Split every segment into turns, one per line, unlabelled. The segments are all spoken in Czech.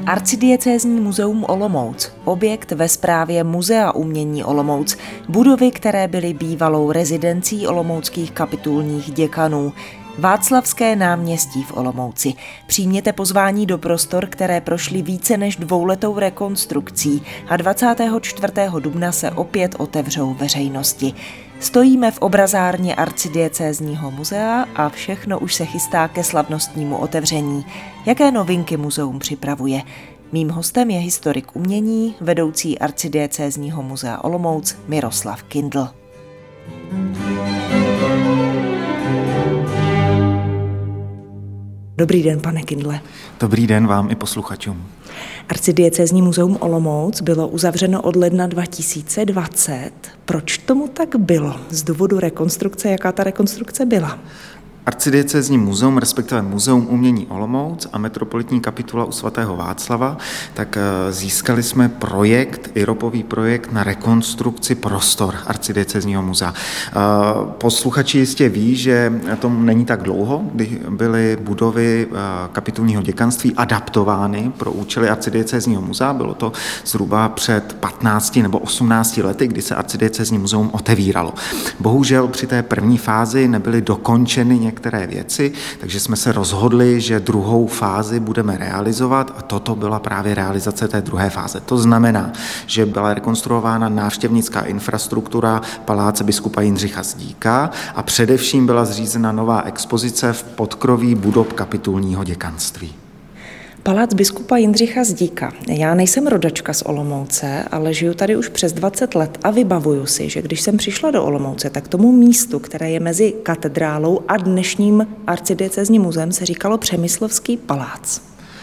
Arcidiecézní muzeum Olomouc, objekt ve správě Muzea umění Olomouc, budovy, které byly bývalou rezidencí olomouckých kapitulních děkanů. Václavské náměstí v Olomouci. Přijměte pozvání do prostor, které prošly více než dvouletou rekonstrukcí a 24. dubna se opět otevřou veřejnosti. Stojíme v obrazárně Arcidiecézního muzea a všechno už se chystá ke slavnostnímu otevření. Jaké novinky muzeum připravuje? Mým hostem je historik umění, vedoucí Arcidiecézního muzea Olomouc Miroslav Kindl. Dobrý den, pane Kindle.
Dobrý den vám i posluchačům.
Arcidiecézní muzeum Olomouc bylo uzavřeno od ledna 2020. Proč tomu tak bylo? Z důvodu rekonstrukce, jaká ta rekonstrukce byla?
Arcidiecézní muzeum, respektive Muzeum umění Olomouc a metropolitní kapitula u svatého Václava, tak získali jsme projekt, IROPový projekt na rekonstrukci prostor Arcidiecézního muzea. Posluchači jistě ví, že to není tak dlouho, kdy byly budovy kapitulního děkanství adaptovány pro účely Arcidiecézního muzea. Bylo to zhruba před 15 nebo 18 lety, kdy se Arcidiecézní muzeum otevíralo. Bohužel při té první fázi nebyly dokončeny některé věci, takže jsme se rozhodli, že druhou fázi budeme realizovat a toto byla právě realizace té druhé fáze. To znamená, že byla rekonstruována návštěvnická infrastruktura paláce biskupa Jindřicha Zdíka a především byla zřízena nová expozice v podkroví budov kapitulního děkanství.
Palác biskupa Jindřicha Zdíka. Já nejsem rodačka z Olomouce, ale žiju tady už přes 20 let a vybavuju si, že když jsem přišla do Olomouce, tak tomu místu, které je mezi katedrálou a dnešním Arcidiecézním muzeem, se říkalo Přemyslovský palác.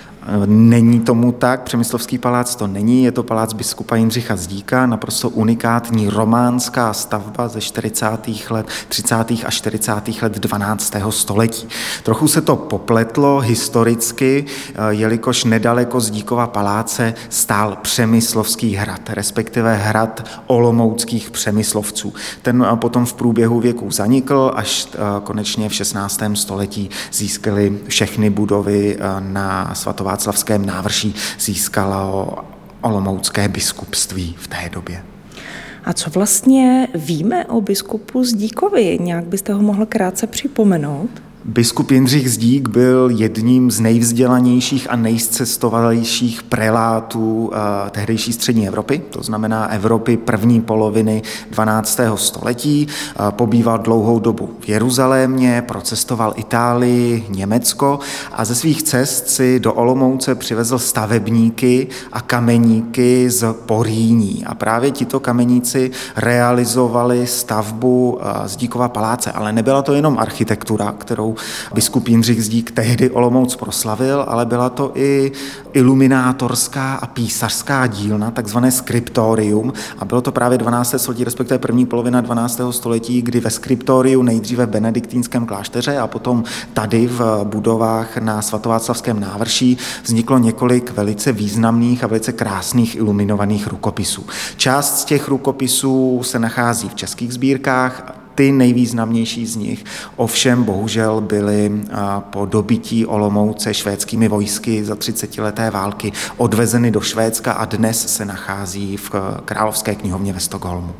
Není tomu tak, Přemyslovský palác to není, je to palác biskupa Jindřicha Zdíka, naprosto unikátní románská stavba ze 40. let, 30. a 40. let 12. století. Trochu se to popletlo historicky, jelikož nedaleko Zdíkova paláce stál Přemyslovský hrad, respektive hrad olomouckých Přemyslovců. Ten potom v průběhu věků zanikl, až konečně v 16. století získali všechny budovy na svatováclavském návrší získalo olomoucké biskupství v té době.
A co vlastně víme o biskupu Zdíkovi? Nějak byste ho mohl krátce připomenout?
Biskup Jindřich Zdík byl jedním z nejvzdělanějších a nejzcestovalejších prelátů tehdejší střední Evropy, to znamená Evropy první poloviny 12. století. Pobýval dlouhou dobu v Jeruzalémě, procestoval Itálii, Německo a ze svých cest si do Olomouce přivezl stavebníky a kameníky z Porýní. A právě tito kameníci realizovali stavbu Zdíkova paláce, ale nebyla to jenom architektura, kterou biskup Jindřich Zdík tehdy Olomouc proslavil, ale byla to i iluminátorská a písařská dílna, takzvané skriptorium. A bylo to právě 12. století, respektive první polovina 12. století, kdy ve skriptoriu nejdříve v benediktínském klášteře a potom tady v budovách na svatováclavském návrší vzniklo několik velice významných a velice krásných iluminovaných rukopisů. Část z těch rukopisů se nachází v českých sbírkách. Ty nejvýznamnější z nich ovšem bohužel byly po dobytí Olomouce švédskými vojsky za 30leté války odvezeny do Švédska a dnes se nachází v Královské knihovně ve Stockholmu.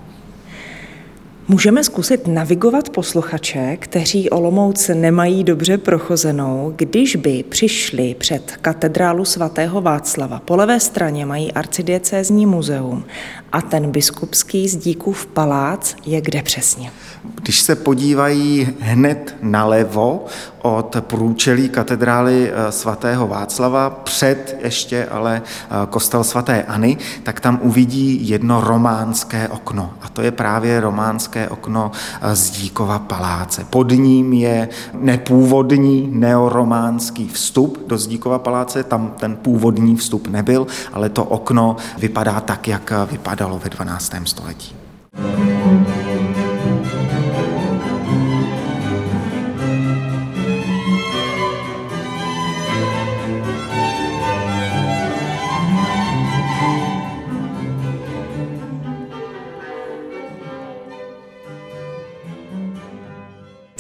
Můžeme zkusit navigovat posluchače, kteří Olomouc nemají dobře prochozenou, když by přišli před katedrálu svatého Václava. Po levé straně mají Arcidiecézní muzeum a ten biskupský Zdíkův palác je kde přesně?
Když se podívají hned nalevo od průčelí katedrály svatého Václava, před ještě ale kostel svaté Anny, tak tam uvidí jedno románské okno. A to je právě románské okno Zdíkova paláce. Pod ním je nepůvodní neorománský vstup do Zdíkova paláce, tam ten původní vstup nebyl, ale to okno vypadá tak, jak vypadalo ve 12. století.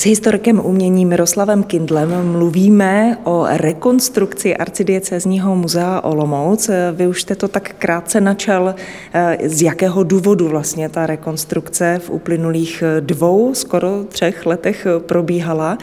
S historikem umění Miroslavem Kindlem mluvíme o rekonstrukci Arcidiecézního muzea Olomouc. Vy už jste to tak krátce načal, z jakého důvodu vlastně ta rekonstrukce v uplynulých 2, skoro 3 letech probíhala.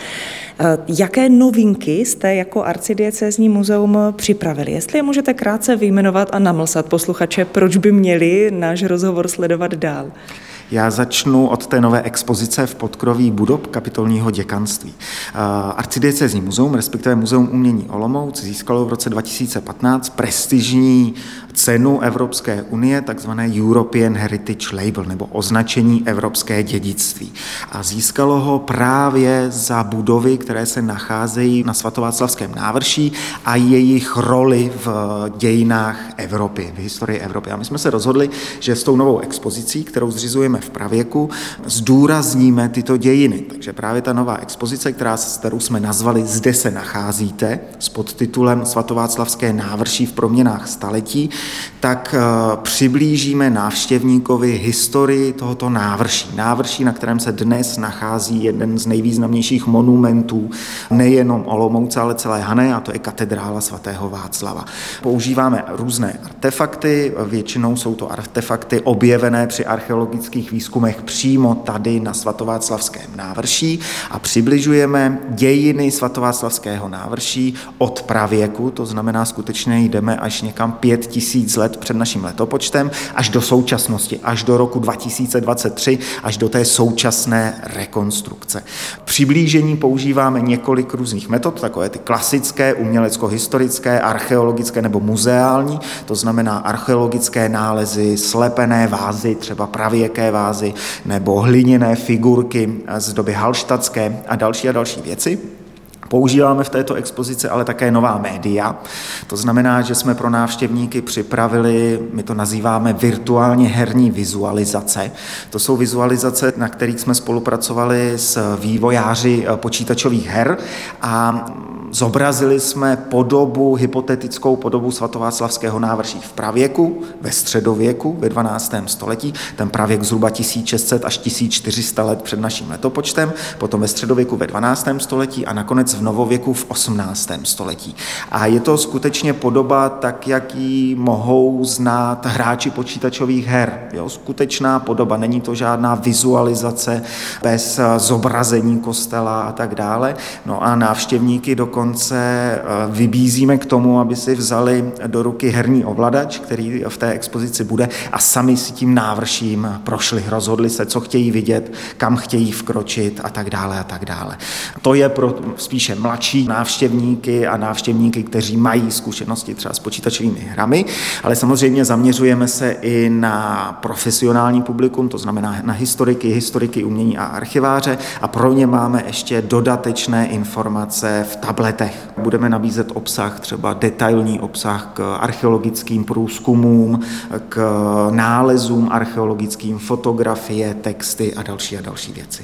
Jaké novinky jste jako Arcidiecézní muzeum připravili? Jestli je můžete krátce vyjmenovat a namlsat posluchače, proč by měli náš rozhovor sledovat dál.
Já začnu od té nové expozice v podkroví budov kapitolního děkanství. Arcidiecézní muzeum, respektive Muzeum umění Olomouc, získalo v roce 2015 prestižní cenu Evropské unie, takzvané European Heritage Label, nebo označení evropské dědictví. A získalo ho právě za budovy, které se nacházejí na svatováclavském návrší a jejich roli v dějinách Evropy, v historii Evropy. A my jsme se rozhodli, že s tou novou expozicí, kterou zřizujeme v pravěku, zdůrazníme tyto dějiny. Takže právě ta nová expozice, kterou jsme nazvali Zde se nacházíte, s podtitulem Svatováclavské návrší v proměnách staletí, tak přiblížíme návštěvníkovi historii tohoto návrší. Návrší, na kterém se dnes nachází jeden z nejvýznamnějších monumentů nejenom Olomouce, ale celé Hané, a to je katedrála svatého Václava. Používáme různé artefakty, většinou jsou to artefakty objevené při archeologických výzkumech přímo tady na svatováclavském návrší a přibližujeme dějiny svatováclavského návrší od pravěku, to znamená skutečně jdeme až někam 5000 let před naším letopočtem, až do současnosti, až do roku 2023, až do té současné rekonstrukce. Přiblížení používáme několik různých metod, takové ty klasické, umělecko-historické, archeologické nebo muzeální, to znamená archeologické nálezy, slepené vázy, třeba pravěké vázy, nebo hliněné figurky z doby halštatské a další věci. Používáme v této expozici ale také nová média. To znamená, že jsme pro návštěvníky připravili, my to nazýváme virtuálně herní vizualizace. To jsou vizualizace, na kterých jsme spolupracovali s vývojáři počítačových her a zobrazili jsme hypotetickou podobu svatováclavského návrší v pravěku, ve středověku, ve 12. století, ten pravěk zhruba 1600 až 1400 let před naším letopočtem, potom ve středověku ve 12. století a nakonec v novověku v 18. století. A je to skutečně podoba tak, jak ji mohou znát hráči počítačových her. Jo? Skutečná podoba, není to žádná vizualizace bez zobrazení kostela a tak dále. No a návštěvníky dokonce vybízíme k tomu, aby si vzali do ruky herní ovladač, který v té expozici bude a sami si tím návrším prošli, rozhodli se, co chtějí vidět, kam chtějí vkročit a tak dále a tak dále. To je pro spíše mladší návštěvníky a návštěvníky, kteří mají zkušenosti třeba s počítačovými hrami, ale samozřejmě zaměřujeme se i na profesionální publikum, to znamená na historiky umění a archiváře a pro ně máme ještě dodatečné informace v tabletech. Budeme nabízet obsah, třeba detailní obsah k archeologickým průzkumům, k nálezům archeologickým, fotografie, texty a další věci.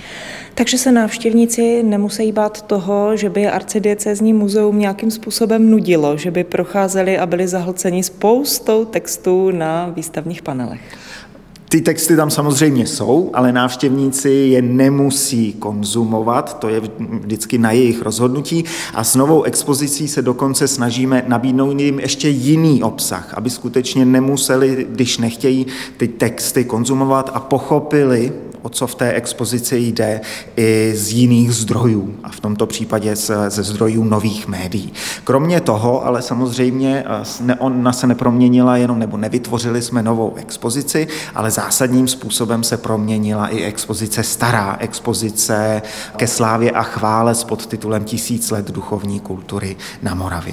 Takže se návštěvníci nemusí bát toho, že by Arcidiecézní muzeum nějakým způsobem nudilo, že by procházeli a byli zahlceni spoustou textů na výstavních panelech.
Ty texty tam samozřejmě jsou, ale návštěvníci je nemusí konzumovat, to je vždycky na jejich rozhodnutí a s novou expozicí se dokonce snažíme nabídnout jim ještě jiný obsah, aby skutečně nemuseli, když nechtějí, ty texty konzumovat a pochopili, o co v té expozici jde, i z jiných zdrojů a v tomto případě ze zdrojů nových médií. Kromě toho, ale samozřejmě ona se neproměnila jenom, nebo nevytvořili jsme novou expozici, ale zásadním způsobem se proměnila i expozice stará, expozice ke slávě a chvále s podtitulem 1000 let duchovní kultury na Moravě.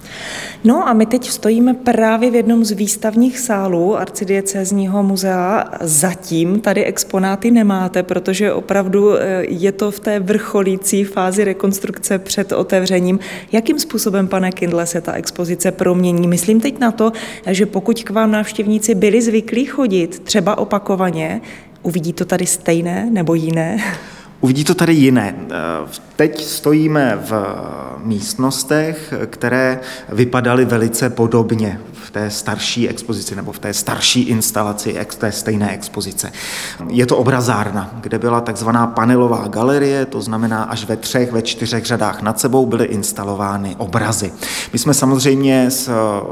No a my teď stojíme právě v jednom z výstavních sálů Arcidiecézního muzea. Zatím tady exponáty nemáte, protože opravdu je to v té vrcholící fázi rekonstrukce před otevřením. Jakým způsobem, pane Kindle, se ta expozice promění? Myslím teď na to, že pokud k vám návštěvníci byli zvyklí chodit, třeba opakovaně, uvidí to tady stejné nebo jiné?
Uvidí to tady jiné. Teď stojíme v místnostech, které vypadaly velice podobně v té starší expozici nebo v té starší instalaci té stejné expozice. Je to obrazárna, kde byla takzvaná panelová galerie, to znamená až ve 4 řadách nad sebou byly instalovány obrazy. My jsme samozřejmě s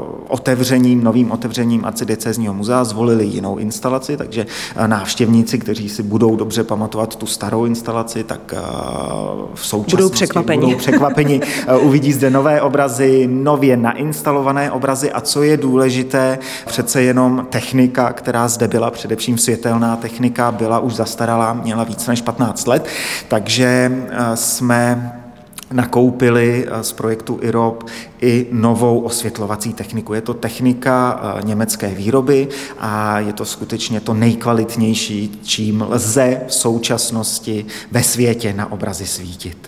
novým otevřením Arcidiecézního muzea zvolili jinou instalaci, takže návštěvníci, kteří si budou dobře pamatovat tu starou instalaci, tak v současnosti budou překvapeni. Uvidí zde nové obrazy, nově nainstalované obrazy a co je důležité, přece jenom technika, která zde byla, především světelná technika, byla už zastaralá, měla víc než 15 let, takže jsme nakoupili z projektu IROP i novou osvětlovací techniku. Je to technika německé výroby a je to skutečně to nejkvalitnější, čím lze v současnosti ve světě na obrazy svítit.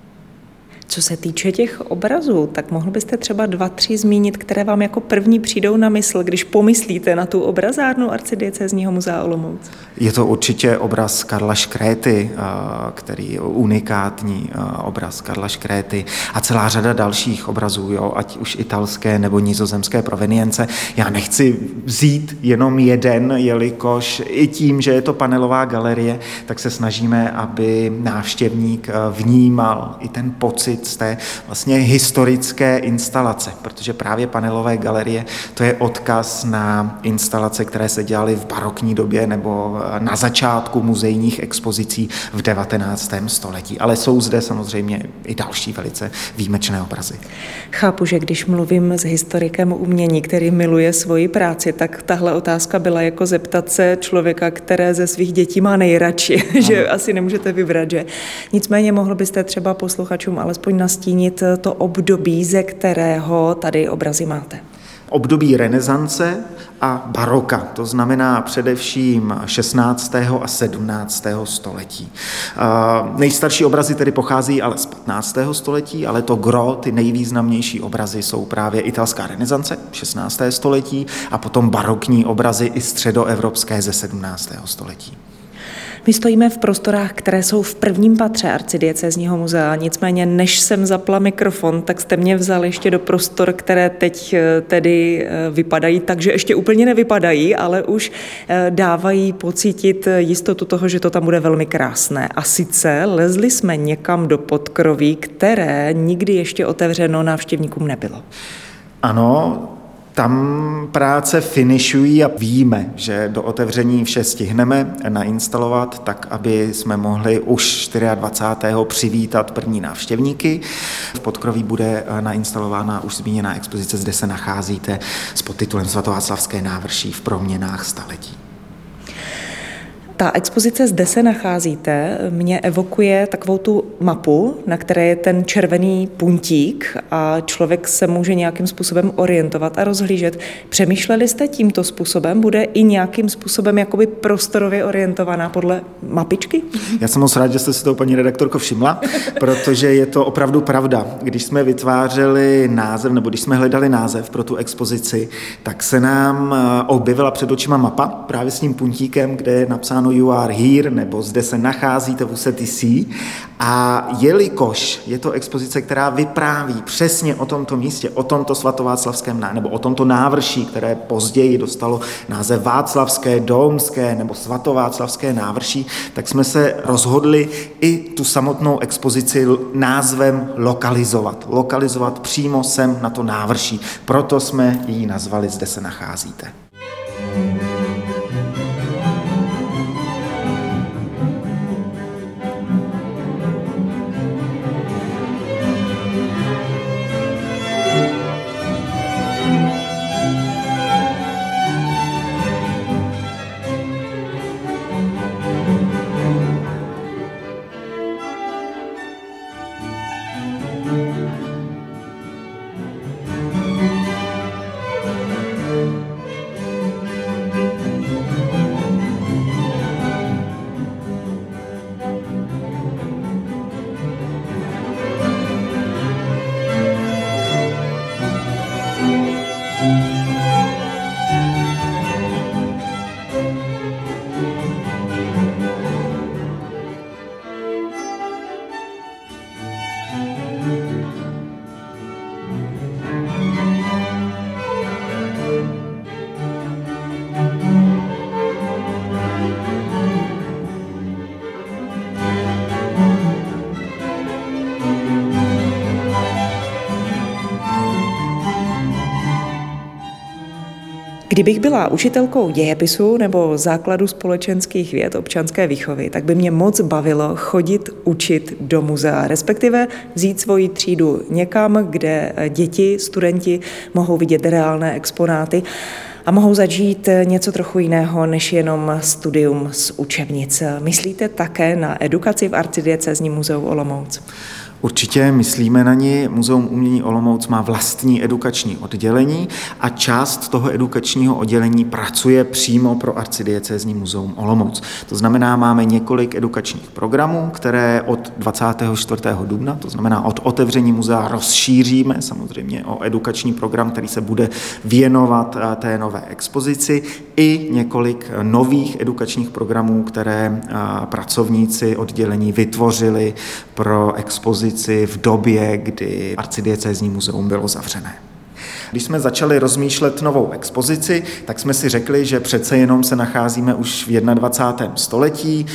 Co se týče těch obrazů, tak mohl byste třeba 2-3 zmínit, které vám jako první přijdou na mysl, když pomyslíte na tu obrazárnu Arcidiecézního muzea Olomouc?
Je to určitě obraz Karla Škréty, který je unikátní obraz Karla Škréty a celá řada dalších obrazů, ať už italské nebo nizozemské provenience. Já nechci vzít jenom jeden, jelikož i tím, že je to panelová galerie, tak se snažíme, aby návštěvník vnímal i ten pocit z té vlastně historické instalace, protože právě panelové galerie to je odkaz na instalace, které se dělaly v barokní době nebo na začátku muzejních expozicí v 19. století. Ale jsou zde samozřejmě i další velice výjimečné obrazy.
Chápu, že když mluvím s historikem umění, který miluje svoji práci, tak tahle otázka byla jako zeptat se člověka, které ze svých dětí má nejradši, že asi nemůžete vybrat, že? Nicméně mohl byste třeba posluchačům alespoň nastínit to období, ze kterého tady obrazy máte.
Období renesance a baroka, to znamená především 16. a 17. století. Nejstarší obrazy tedy pochází ale z 15. století, ale to gros, ty nejvýznamnější obrazy jsou právě italská renesance, 16. století a potom barokní obrazy i středoevropské ze 17. století.
My stojíme v prostorách, které jsou v prvním patře Arcidiecézního muzea, nicméně než jsem zapla mikrofon, tak jste mě vzal ještě do prostor, které teď tedy vypadají tak, že ještě úplně nevypadají, ale už dávají pocítit jistotu toho, že to tam bude velmi krásné. A sice lezli jsme někam do podkroví, které nikdy ještě otevřeno návštěvníkům nebylo.
Ano, tam práce finišují a víme, že do otevření vše stihneme nainstalovat, tak aby jsme mohli už 24. přivítat první návštěvníky. V podkroví bude nainstalována už zmíněná expozice, zde se nacházíte s podtitulem Svatováclavské návrší v proměnách staletí.
Ta expozice Zde se nacházíte mě evokuje takovou tu mapu, na které je ten červený puntík a člověk se může nějakým způsobem orientovat a rozhlížet. Přemýšleli jste tímto způsobem? Bude i nějakým způsobem jakoby prostorově orientovaná podle mapičky?
Já jsem moc rád, že jste si to, paní redaktorko, všimla, protože je to opravdu pravda. Když jsme vytvářeli název, nebo když jsme hledali název pro tu expozici, tak se nám objevila před očima mapa právě s tím puntíkem, kde je napsáno You are here, nebo Zde se nacházíte, vous êtes ici. A jelikož je to expozice, která vypráví přesně o tomto místě, o tomto svatováclavském, nebo o tomto návrší, které později dostalo název Václavské, Domské nebo svatováclavské návrší, tak jsme se rozhodli i tu samotnou expozici názvem lokalizovat. Lokalizovat přímo sem na to návrší. Proto jsme ji nazvali Zde se nacházíte.
Kdybych byla učitelkou dějepisu nebo základu společenských věd občanské výchovy, tak by mě moc bavilo chodit učit do muzea, respektive vzít svoji třídu někam, kde děti, studenti mohou vidět reálné exponáty a mohou zažít něco trochu jiného, než jenom studium z učebnic. Myslíte také na edukaci v Arcidiecézním muzeu Olomouc?
Určitě myslíme na ní. Muzeum umění Olomouc má vlastní edukační oddělení a část toho edukačního oddělení pracuje přímo pro Arcidiecézní muzeum Olomouc. To znamená, máme několik edukačních programů, které od 24. dubna, to znamená od otevření muzea, rozšíříme samozřejmě o edukační program, který se bude věnovat té nové expozici, i několik nových edukačních programů, které pracovníci oddělení vytvořili pro expozici v době, kdy Arcidiecézní muzeum bylo zavřené. Když jsme začali rozmýšlet novou expozici, tak jsme si řekli, že přece jenom se nacházíme už v 21. století.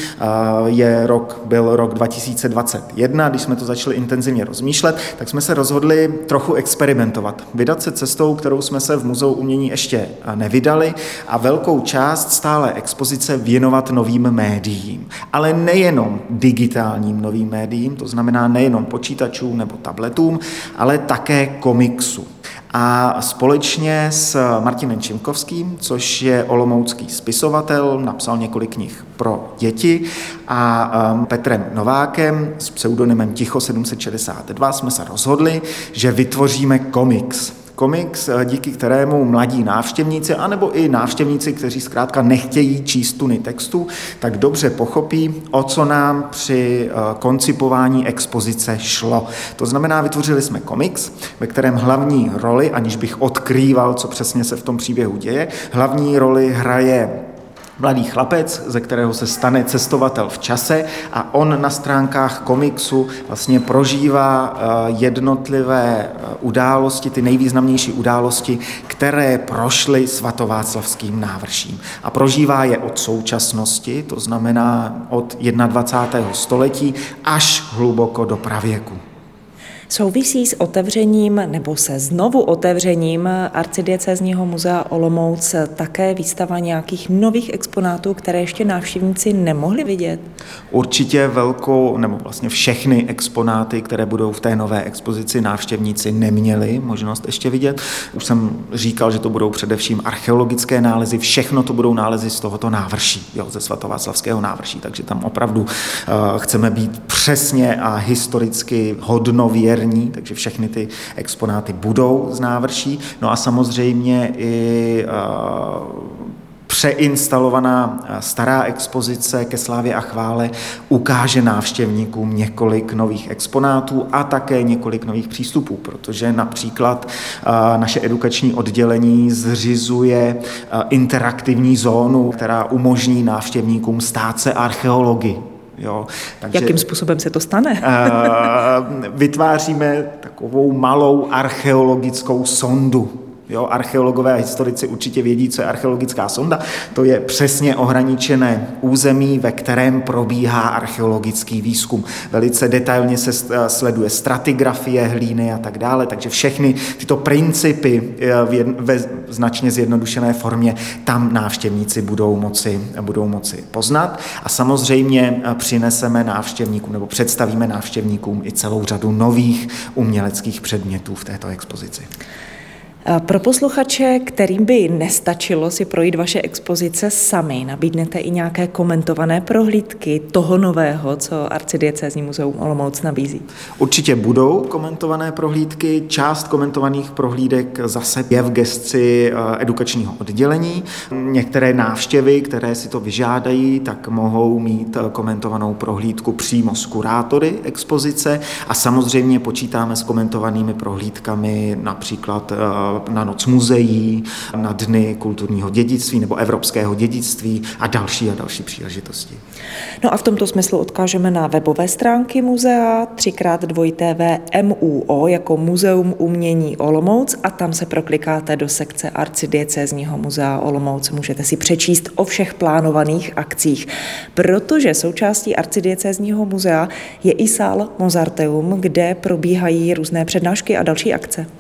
Byl rok 2021, když jsme to začali intenzivně rozmýšlet, tak jsme se rozhodli trochu experimentovat. Vydat se cestou, kterou jsme se v Muzeu umění ještě nevydali, a velkou část stálé expozice věnovat novým médiím. Ale nejenom digitálním novým médiím, to znamená nejenom počítačům nebo tabletům, ale také komiksu. A společně s Martinem Čimkovským, což je olomoucký spisovatel, napsal několik knih pro děti, a Petrem Novákem s pseudonymem Ticho 762 jsme se rozhodli, že vytvoříme komiks. Komiks, díky kterému mladí návštěvníci, anebo i návštěvníci, kteří zkrátka nechtějí číst tuny textu, tak dobře pochopí, o co nám při koncipování expozice šlo. To znamená, vytvořili jsme komiks, ve kterém hlavní roli, aniž bych odkrýval, co přesně se v tom příběhu děje, hlavní roli hraje mladý chlapec, ze kterého se stane cestovatel v čase, a on na stránkách komiksu vlastně prožívá jednotlivé události, ty nejvýznamnější události, které prošly svatováclavským návrším. A prožívá je od současnosti, to znamená od 21. století až hluboko do pravěku.
Souvisí s otevřením nebo se znovu otevřením Arcidiecézního muzea Olomouc také výstava nějakých nových exponátů, které ještě návštěvníci nemohli vidět?
Určitě vlastně všechny exponáty, které budou v té nové expozici, návštěvníci neměli možnost ještě vidět. Už jsem říkal, že to budou především archeologické nálezy, všechno to budou nálezy z tohoto návrší, ze svatováclavského návrší, takže tam opravdu chceme být přesně a historicky hodnověrní, takže všechny ty exponáty budou z návrší. No a samozřejmě i přeinstalovaná stará expozice Ke slávě a chvále ukáže návštěvníkům několik nových exponátů a také několik nových přístupů, protože například naše edukační oddělení zřizuje interaktivní zónu, která umožní návštěvníkům stát se archeology.
Takže jakým způsobem se to stane?
Vytváříme takovou malou archeologickou sondu. Archeologové a historici určitě vědí, co je archeologická sonda. To je přesně ohraničené území, ve kterém probíhá archeologický výzkum. Velice detailně se sleduje stratigrafie hlíny a tak dále, takže všechny tyto principy ve značně zjednodušené formě tam návštěvníci budou moci poznat. A samozřejmě přineseme návštěvníkům nebo představíme návštěvníkům i celou řadu nových uměleckých předmětů v této expozici.
Pro posluchače, kterým by nestačilo si projít vaše expozice sami, nabídnete i nějaké komentované prohlídky toho nového, co Arcidiecézní muzeum Olomouc nabízí?
Určitě budou komentované prohlídky. Část komentovaných prohlídek zase je v gesci edukačního oddělení. Některé návštěvy, které si to vyžádají, tak mohou mít komentovanou prohlídku přímo s kurátory expozice, a samozřejmě počítáme s komentovanými prohlídkami například na Noc muzeí, na Dny kulturního dědictví nebo evropského dědictví a další příležitosti.
No a v tomto smyslu odkážeme na webové stránky muzea 3x2tv.muo jako Muzeum umění Olomouc, a tam se proklikáte do sekce Arcidiecézního muzea Olomouc. Můžete si přečíst o všech plánovaných akcích, protože součástí Arcidiecézního muzea je i sál Mozarteum, kde probíhají různé přednášky a další akce.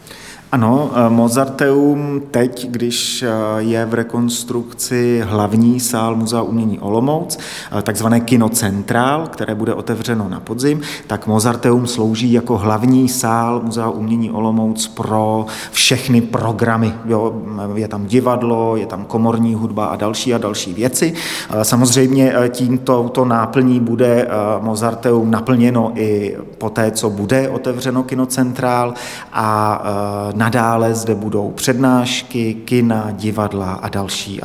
Ano, Mozarteum teď, když je v rekonstrukci hlavní sál Muzea umění Olomouc, takzvané Kinocentrál, které bude otevřeno na podzim, tak Mozarteum slouží jako hlavní sál Muzea umění Olomouc pro všechny programy. Jo, je tam divadlo, je tam komorní hudba a další věci. Samozřejmě tímto náplní bude Mozarteum naplněno i poté, co bude otevřeno Kinocentrál, a nadále zde budou přednášky, kina, divadla a další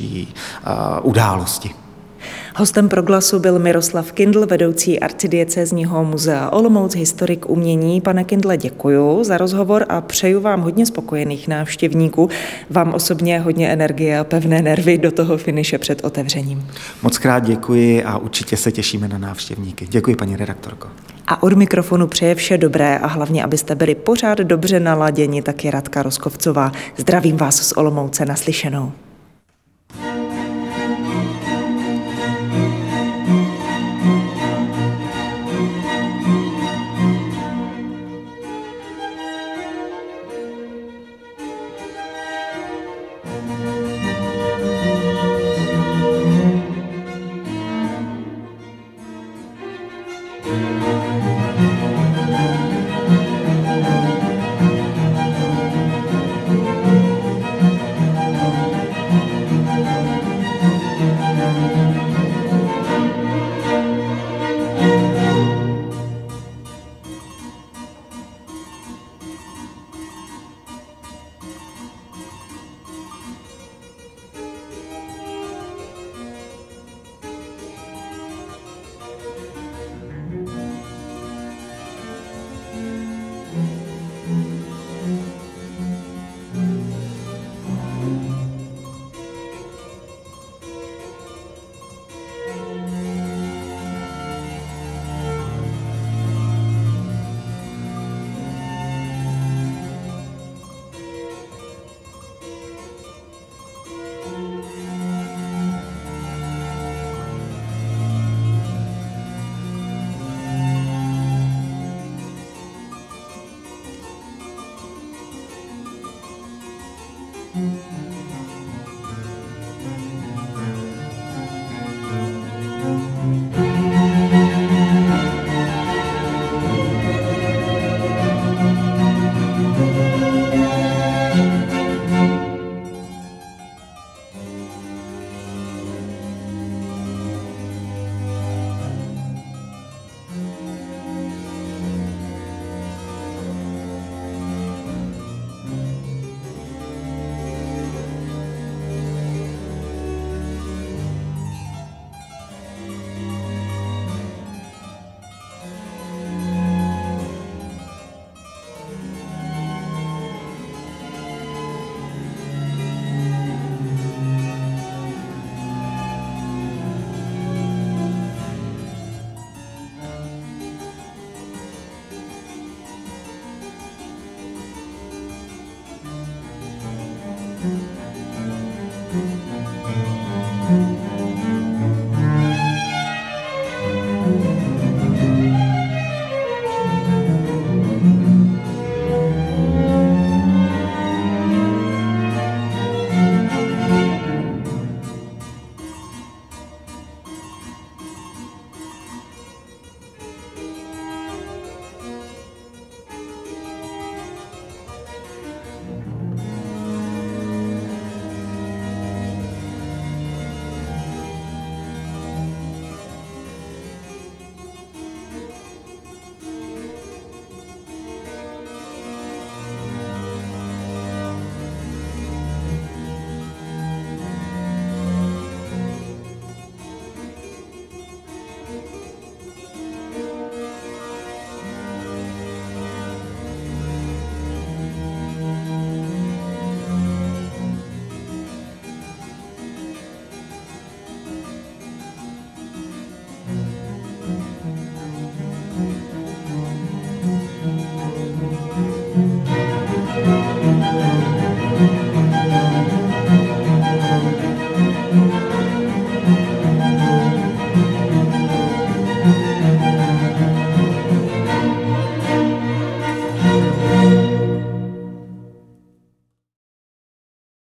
události.
Hostem Proglasu byl Miroslav Kindl, vedoucí arcidiecézního muzea Olomouc, historik umění. Pane Kindle, děkuju za rozhovor a přeju vám hodně spokojených návštěvníků. Vám osobně hodně energie a pevné nervy do toho finiše před otevřením.
Moc krát děkuji a určitě se těšíme na návštěvníky. Děkuji, paní redaktorko.
A od mikrofonu přeje vše dobré a hlavně, abyste byli pořád dobře naladěni, taky Radka Roskovcová. Zdravím vás z Olomouce, naslyšenou.
Mm-hmm.